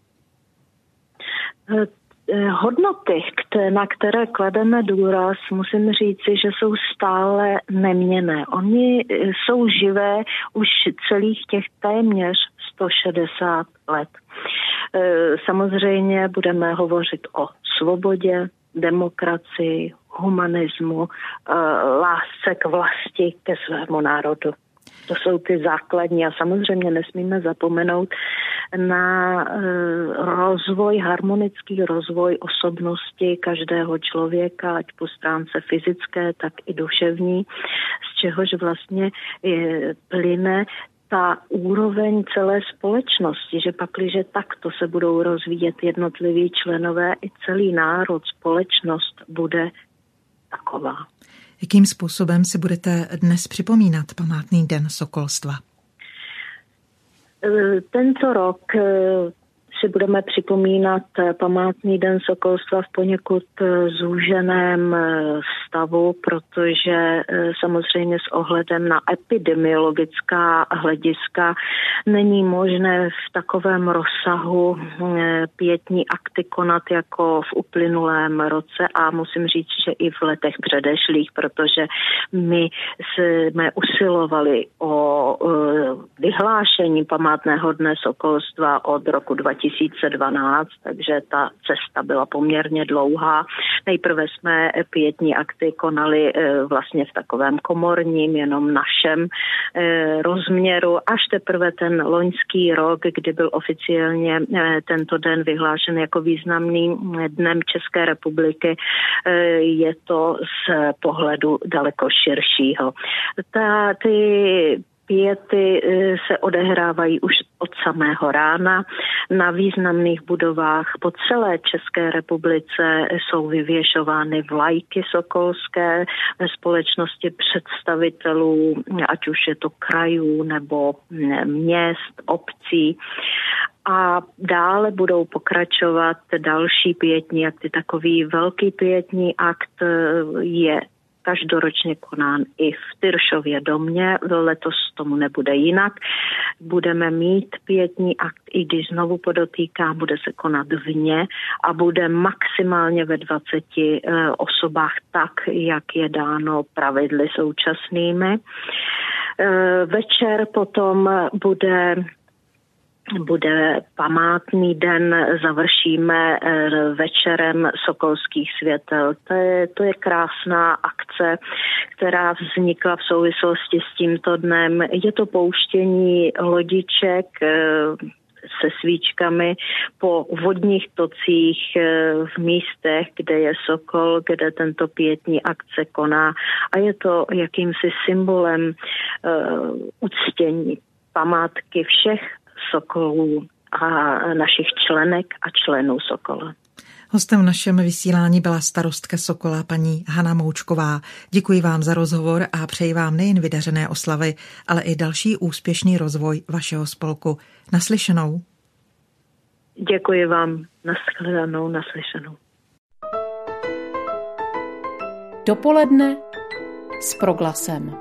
D: Hodnoty, na které klademe důraz, musím říci, že jsou stále neměnné. Oni jsou živé už celých těch téměř sto šedesát let. Samozřejmě budeme hovořit o svobodě, demokracii, humanismu, lásce k vlasti, ke svému národu. To jsou ty základní a samozřejmě nesmíme zapomenout na rozvoj, harmonický rozvoj osobnosti každého člověka, ať po stránce fyzické, tak i duševní, z čehož vlastně plyne ta úroveň celé společnosti, že pakliže takto se budou rozvíjet jednotliví členové, i celý národ, společnost bude taková.
B: Jakým způsobem si budete dnes připomínat památný den sokolstva?
D: Tento rok si budeme připomínat památný den sokolstva v poněkud zúženém stavu, protože samozřejmě s ohledem na epidemiologická hlediska není možné v takovém rozsahu pietní akty konat jako v uplynulém roce a musím říct, že i v letech předešlých, protože my jsme usilovali o vyhlášení památného dne sokolstva od roku dva tisíce tisíce dvanáct, takže ta cesta byla poměrně dlouhá. Nejprve jsme pietní akty konali vlastně v takovém komorním, jenom našem rozměru, až teprve ten loňský rok, kdy byl oficiálně tento den vyhlášen jako významným dnem České republiky, je to z pohledu daleko širšího. Ta, ty piety se odehrávají už od samého rána. Na významných budovách po celé České republice jsou vyvěšovány vlajky sokolské ve společnosti představitelů, ať už je to krajů nebo měst, obcí. A dále budou pokračovat další pietní akty. Takový velký pietní akt je každoročně konán i v Tyršově domě. Letos tomu nebude jinak. Budeme mít pietní akt, i když znovu podotýkám, bude se konat vně a bude maximálně ve dvaceti osobách tak, jak je dáno pravidly současnými. Večer potom bude Bude památný den, završíme večerem sokolských světel. To je, to je krásná akce, která vznikla v souvislosti s tímto dnem. Je to pouštění lodiček se svíčkami po vodních tocích v místech, kde je sokol, kde tento pietní akce koná. A je to jakýmsi symbolem uh, uctění památky všech sokolů a našich členek a členů Sokola.
B: Hostem v našem vysílání byla starostka Sokola paní Hana Moučková. Děkuji vám za rozhovor a přeji vám nejen vydařené oslavy, ale i další úspěšný rozvoj vašeho spolku. Naslyšenou.
D: Děkuji vám. Nashledanou, naslyšenou.
A: Dopoledne s Proglasem.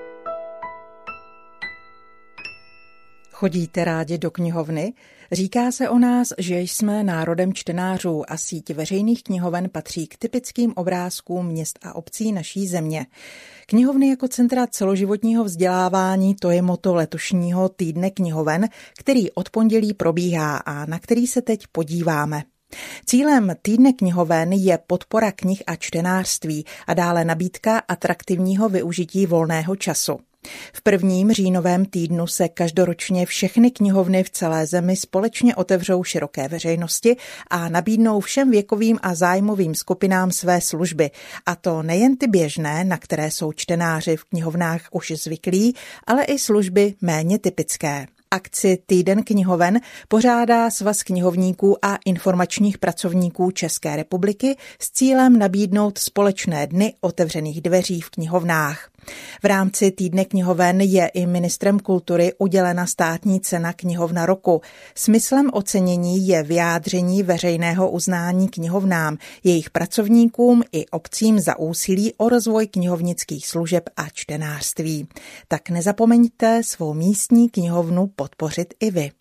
B: Chodíte rádi do knihovny? Říká se o nás, že jsme národem čtenářů a síť veřejných knihoven patří k typickým obrázkům měst a obcí naší země. Knihovny jako centra celoživotního vzdělávání, to je motto letošního týdne knihoven, který od pondělí probíhá a na který se teď podíváme. Cílem týdne knihoven je podpora knih a čtenářství a dále nabídka atraktivního využití volného času. V prvním říjnovém týdnu se každoročně všechny knihovny v celé zemi společně otevřou široké veřejnosti a nabídnou všem věkovým a zájmovým skupinám své služby. A to nejen ty běžné, na které jsou čtenáři v knihovnách už zvyklí, ale i služby méně typické. Akci Týden knihoven pořádá Svaz knihovníků a informačních pracovníků České republiky s cílem nabídnout společné dny otevřených dveří v knihovnách. V rámci Týdne knihoven je i ministrem kultury udělena státní cena Knihovna roku. Smyslem ocenění je vyjádření veřejného uznání knihovnám, jejich pracovníkům i obcím za úsilí o rozvoj knihovnických služeb a čtenářství. Tak nezapomeňte svou místní knihovnu podpořit i vy.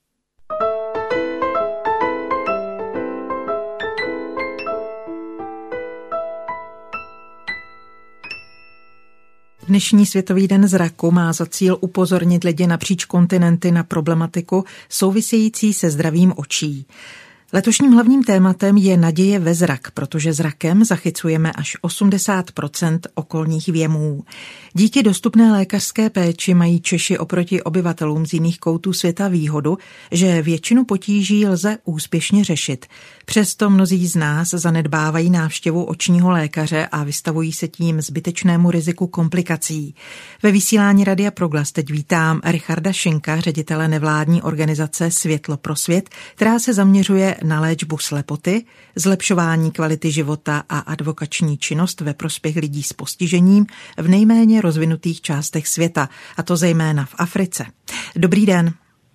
B: Dnešní Světový den zraku má za cíl upozornit lidi napříč kontinenty na problematiku související se zdravím očí. Letošním hlavním tématem je naděje ve zrak, protože zrakem zachycujeme až osmdesát procent okolních věmů. Díky dostupné lékařské péči mají Češi oproti obyvatelům z jiných koutů světa výhodu, že většinu potíží lze úspěšně řešit. Přesto mnozí z nás zanedbávají návštěvu očního lékaře a vystavují se tím zbytečnému riziku komplikací. Ve vysílání Radia Proglas teď vítám Richarda Schenka, ředitele nevládní organizace Světlo pro svět, která se zaměřuje na léčbu slepoty, zlepšování kvality života a advokační činnost ve prospěch lidí s postižením v nejméně rozvinutých částech světa, a to zejména v Africe. Dobrý den.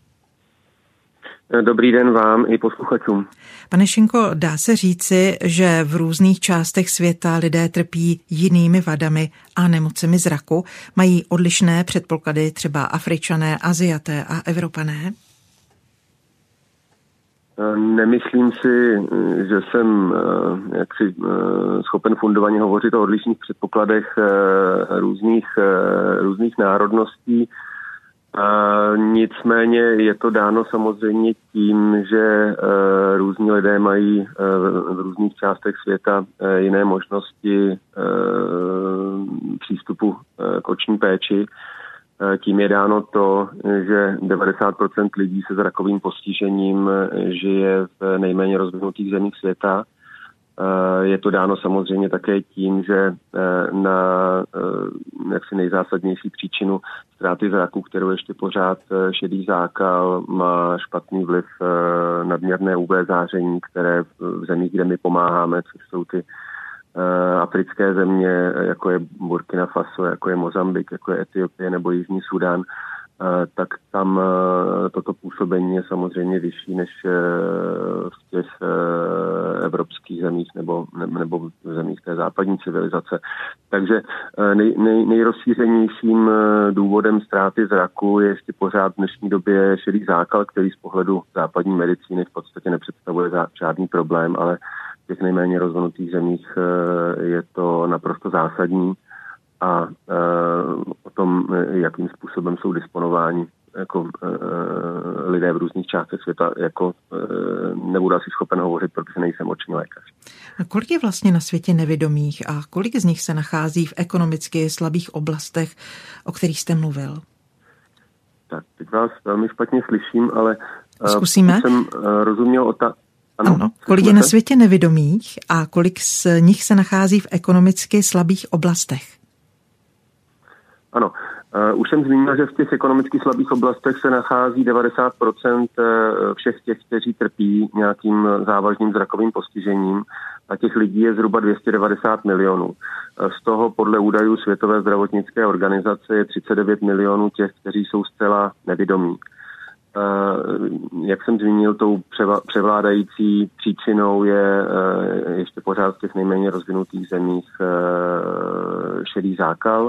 E: Dobrý den vám i posluchačům.
B: Pane Schenko, dá se říci, že v různých částech světa lidé trpí jinými vadami a nemocemi zraku? Mají odlišné předpoklady třeba Afričané, Aziaté a Evropané?
E: Nemyslím si, že jsem jaksi schopen fundovaně hovořit o odlišných předpokladech různých, různých národností, Uh, nicméně je to dáno samozřejmě tím, že uh, různí lidé mají uh, v různých částech světa uh, jiné možnosti uh, přístupu uh, k oční péči. Uh, tím je dáno to, že devadesát procent lidí se zrakovým postižením žije v nejméně rozvinutých zemích světa. Je to dáno samozřejmě také tím, že na jaksi nejzásadnější příčinu ztráty zraku, kterou ještě pořád šedý zákal, má špatný vliv nadměrné ú vé záření, které v zemích, kde my pomáháme, což jsou ty africké země, jako je Burkina Faso, jako je Mozambik, jako je Etiopie nebo Jižní Súdán, tak tam toto působení je samozřejmě vyšší než v těch evropských zemích nebo, nebo v zemích té západní civilizace. Takže nej, nej, nejrozšířenějším důvodem ztráty zraku je ještě pořád v dnešní době šedý zákal, který z pohledu západní medicíny v podstatě nepředstavuje žádný problém, ale v těch nejméně rozvinutých zemích je to naprosto zásadní. A uh, o tom, jakým způsobem jsou disponováni jako uh, lidé v různých částech světa, jako uh, nebudu asi schopen hovořit, protože nejsem oční lékař.
B: A kolik je vlastně na světě nevidomých a kolik z nich se nachází v ekonomicky slabých oblastech, o kterých jste mluvil?
E: Tak, teď vás velmi špatně slyším, ale uh,
B: Zkusíme?
E: jsem uh, rozuměl o ta...
B: Ano, ano. Kolik je na světě nevidomých a kolik z nich se nachází v ekonomicky slabých oblastech?
E: Ano, uh, už jsem zmínil, že v těch ekonomicky slabých oblastech se nachází devadesát procent všech těch, kteří trpí nějakým závažným zrakovým postižením a těch lidí je zhruba dvě stě devadesát milionů. Z toho podle údajů Světové zdravotnické organizace je třicet devět milionů těch, kteří jsou zcela nevidomí. Uh, jak jsem zmínil, tou převládající příčinou je uh, ještě pořád v těch nejméně rozvinutých zemích uh, šedý zákal,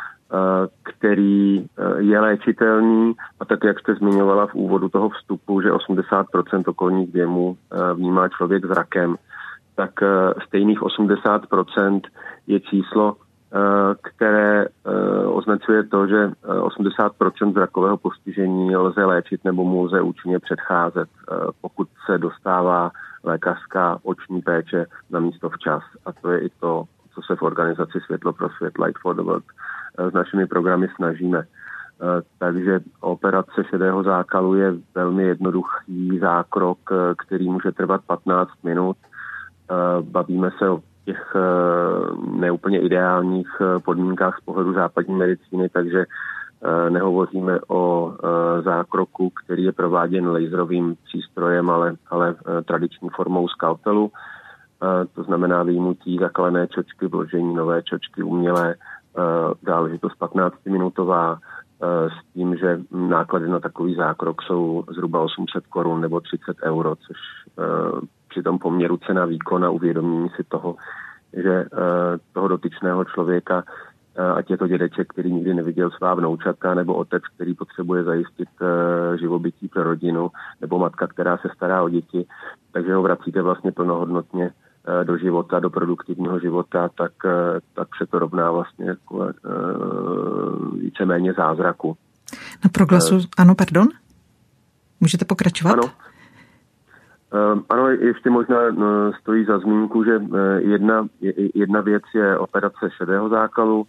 E: který je léčitelný a tak, jak jste zmiňovala v úvodu toho vstupu, že osmdesát procent okolních věmů vnímá člověk zrakem, tak stejných osmdesát procent je číslo, které označuje to, že osmdesát procent zrakového postižení lze léčit nebo mu lze účinně předcházet, pokud se dostává lékařská oční péče na místo včas. A to je i to, co se v organizaci Světlo pro svět, Light for the World, s našimi programy snažíme. Takže operace šedého zákalu je velmi jednoduchý zákrok, který může trvat patnáct minut. Bavíme se o těch neúplně ideálních podmínkách z pohledu západní medicíny, takže nehovoříme o zákroku, který je prováděn laserovým přístrojem, ale, ale tradiční formou skalpelu. To znamená vyjmutí zakalené čočky, vložení nové čočky umělé, záležitost patnáctiminutová s tím, že náklady na takový zákrok jsou zhruba osm set korun nebo třicet euro, což při tom poměru cena výkon a uvědomění si toho, že toho dotyčného člověka, ať je to dědeček, který nikdy neviděl svá vnoučata, nebo otec, který potřebuje zajistit živobytí pro rodinu, nebo matka, která se stará o děti, takže ho vracíte vlastně plnohodnotně do života, do produktivního života, tak, tak se to rovná vlastně jako víceméně zázraku.
B: Na Proglasu, ano, pardon? Můžete pokračovat?
E: Ano. Ano, ještě možná stojí za zmínku, že jedna, jedna věc je operace šedého zákalu,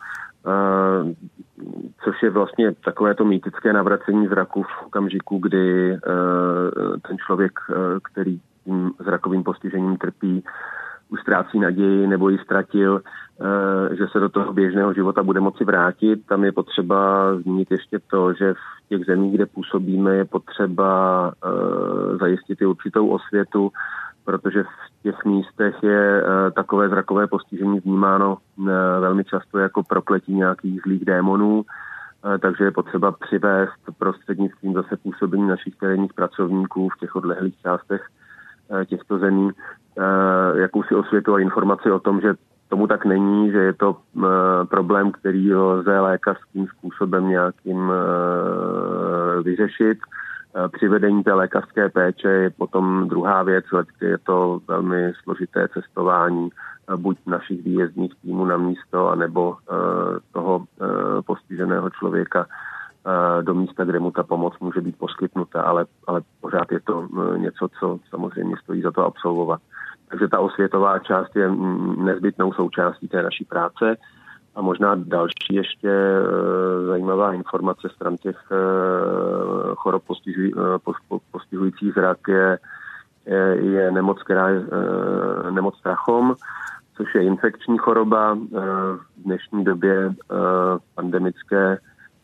E: což je vlastně takové to mýtické navracení zraku v okamžiku, kdy ten člověk, který tím zrakovým postižením trpí, už ztrácí naději nebo ji ztratil, že se do toho běžného života bude moci vrátit. Tam je potřeba zmínit ještě to, že v těch zemích, kde působíme, je potřeba zajistit i určitou osvětu, protože v těch místech je takové zrakové postižení vnímáno velmi často jako prokletí nějakých zlých démonů, takže je potřeba přivést prostřednictvím zase působení našich terénních pracovníků v těch odlehlých částech těchto zemí jakousi osvětu a informaci o tom, že tomu tak není, že je to problém, který lze lékařským způsobem nějakým vyřešit. Přivedení té lékařské péče je potom druhá věc, je to velmi složité cestování buď našich výjezdních týmů na místo, anebo toho postiženého člověka do místa, kde mu ta pomoc může být poskytnuta, ale, ale pořád je to něco, co samozřejmě stojí za to absolvovat. Takže ta osvětová část je nezbytnou součástí té naší práce. A možná další ještě zajímavá informace stran těch chorob postihuj, postihujících zrak je, je nemoc, která je nemoc trachom, což je infekční choroba. V dnešní době pandemické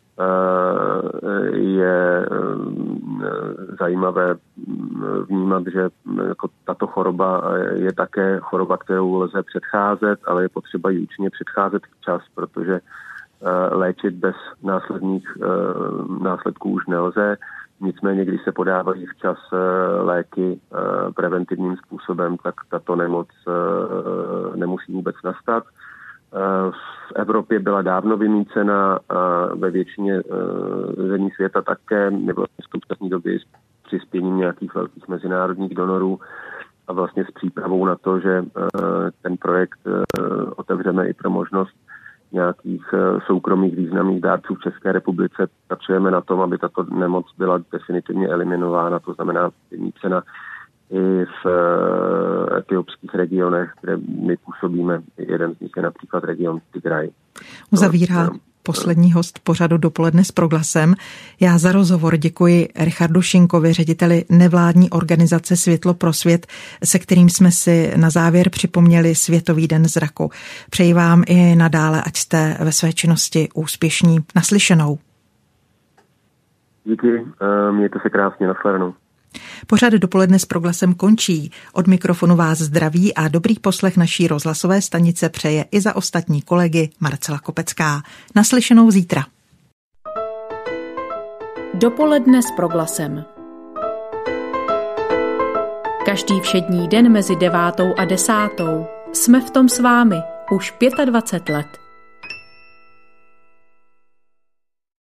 E: je zajímavé vnímat, že jako tato choroba je také choroba, kterou lze předcházet, ale je potřeba ji účinně předcházet včas, protože léčit bez následných následků už nelze. Nicméně, když se podávají včas léky preventivním způsobem, tak tato nemoc nemusí vůbec nastat. V Evropě byla dávno vymýcena a ve většině zemí světa také, nebo v současné době s přispěním nějakých velkých mezinárodních donorů a vlastně s přípravou na to, že ten projekt otevřeme i pro možnost nějakých soukromých významných dárců v České republice. Pracujeme na tom, aby tato nemoc byla definitivně eliminována, to znamená vymýcena i v etiopských regionech, kde my působíme. Jeden z nich je například region Tigraj.
B: Uzavírá poslední host pořadu Dopoledne s proglasem. Já za rozhovor děkuji Richardu Schinkovi, řediteli nevládní organizace Světlo pro svět, se kterým jsme si na závěr připomněli Světový den zraku. Přeji vám i nadále, ať jste ve své činnosti úspěšní. Naslyšenou.
E: Díky, mějte se krásně, nashledanou.
B: Pořad Dopoledne s proglasem končí. Od mikrofonu vás zdraví a dobrý poslech naší rozhlasové stanice přeje i za ostatní kolegy Marcela Kopecká. Naslyšenou zítra.
A: Dopoledne s proglasem. Každý všední den mezi devátou a desátou jsme v tom s vámi už dvacet pět let.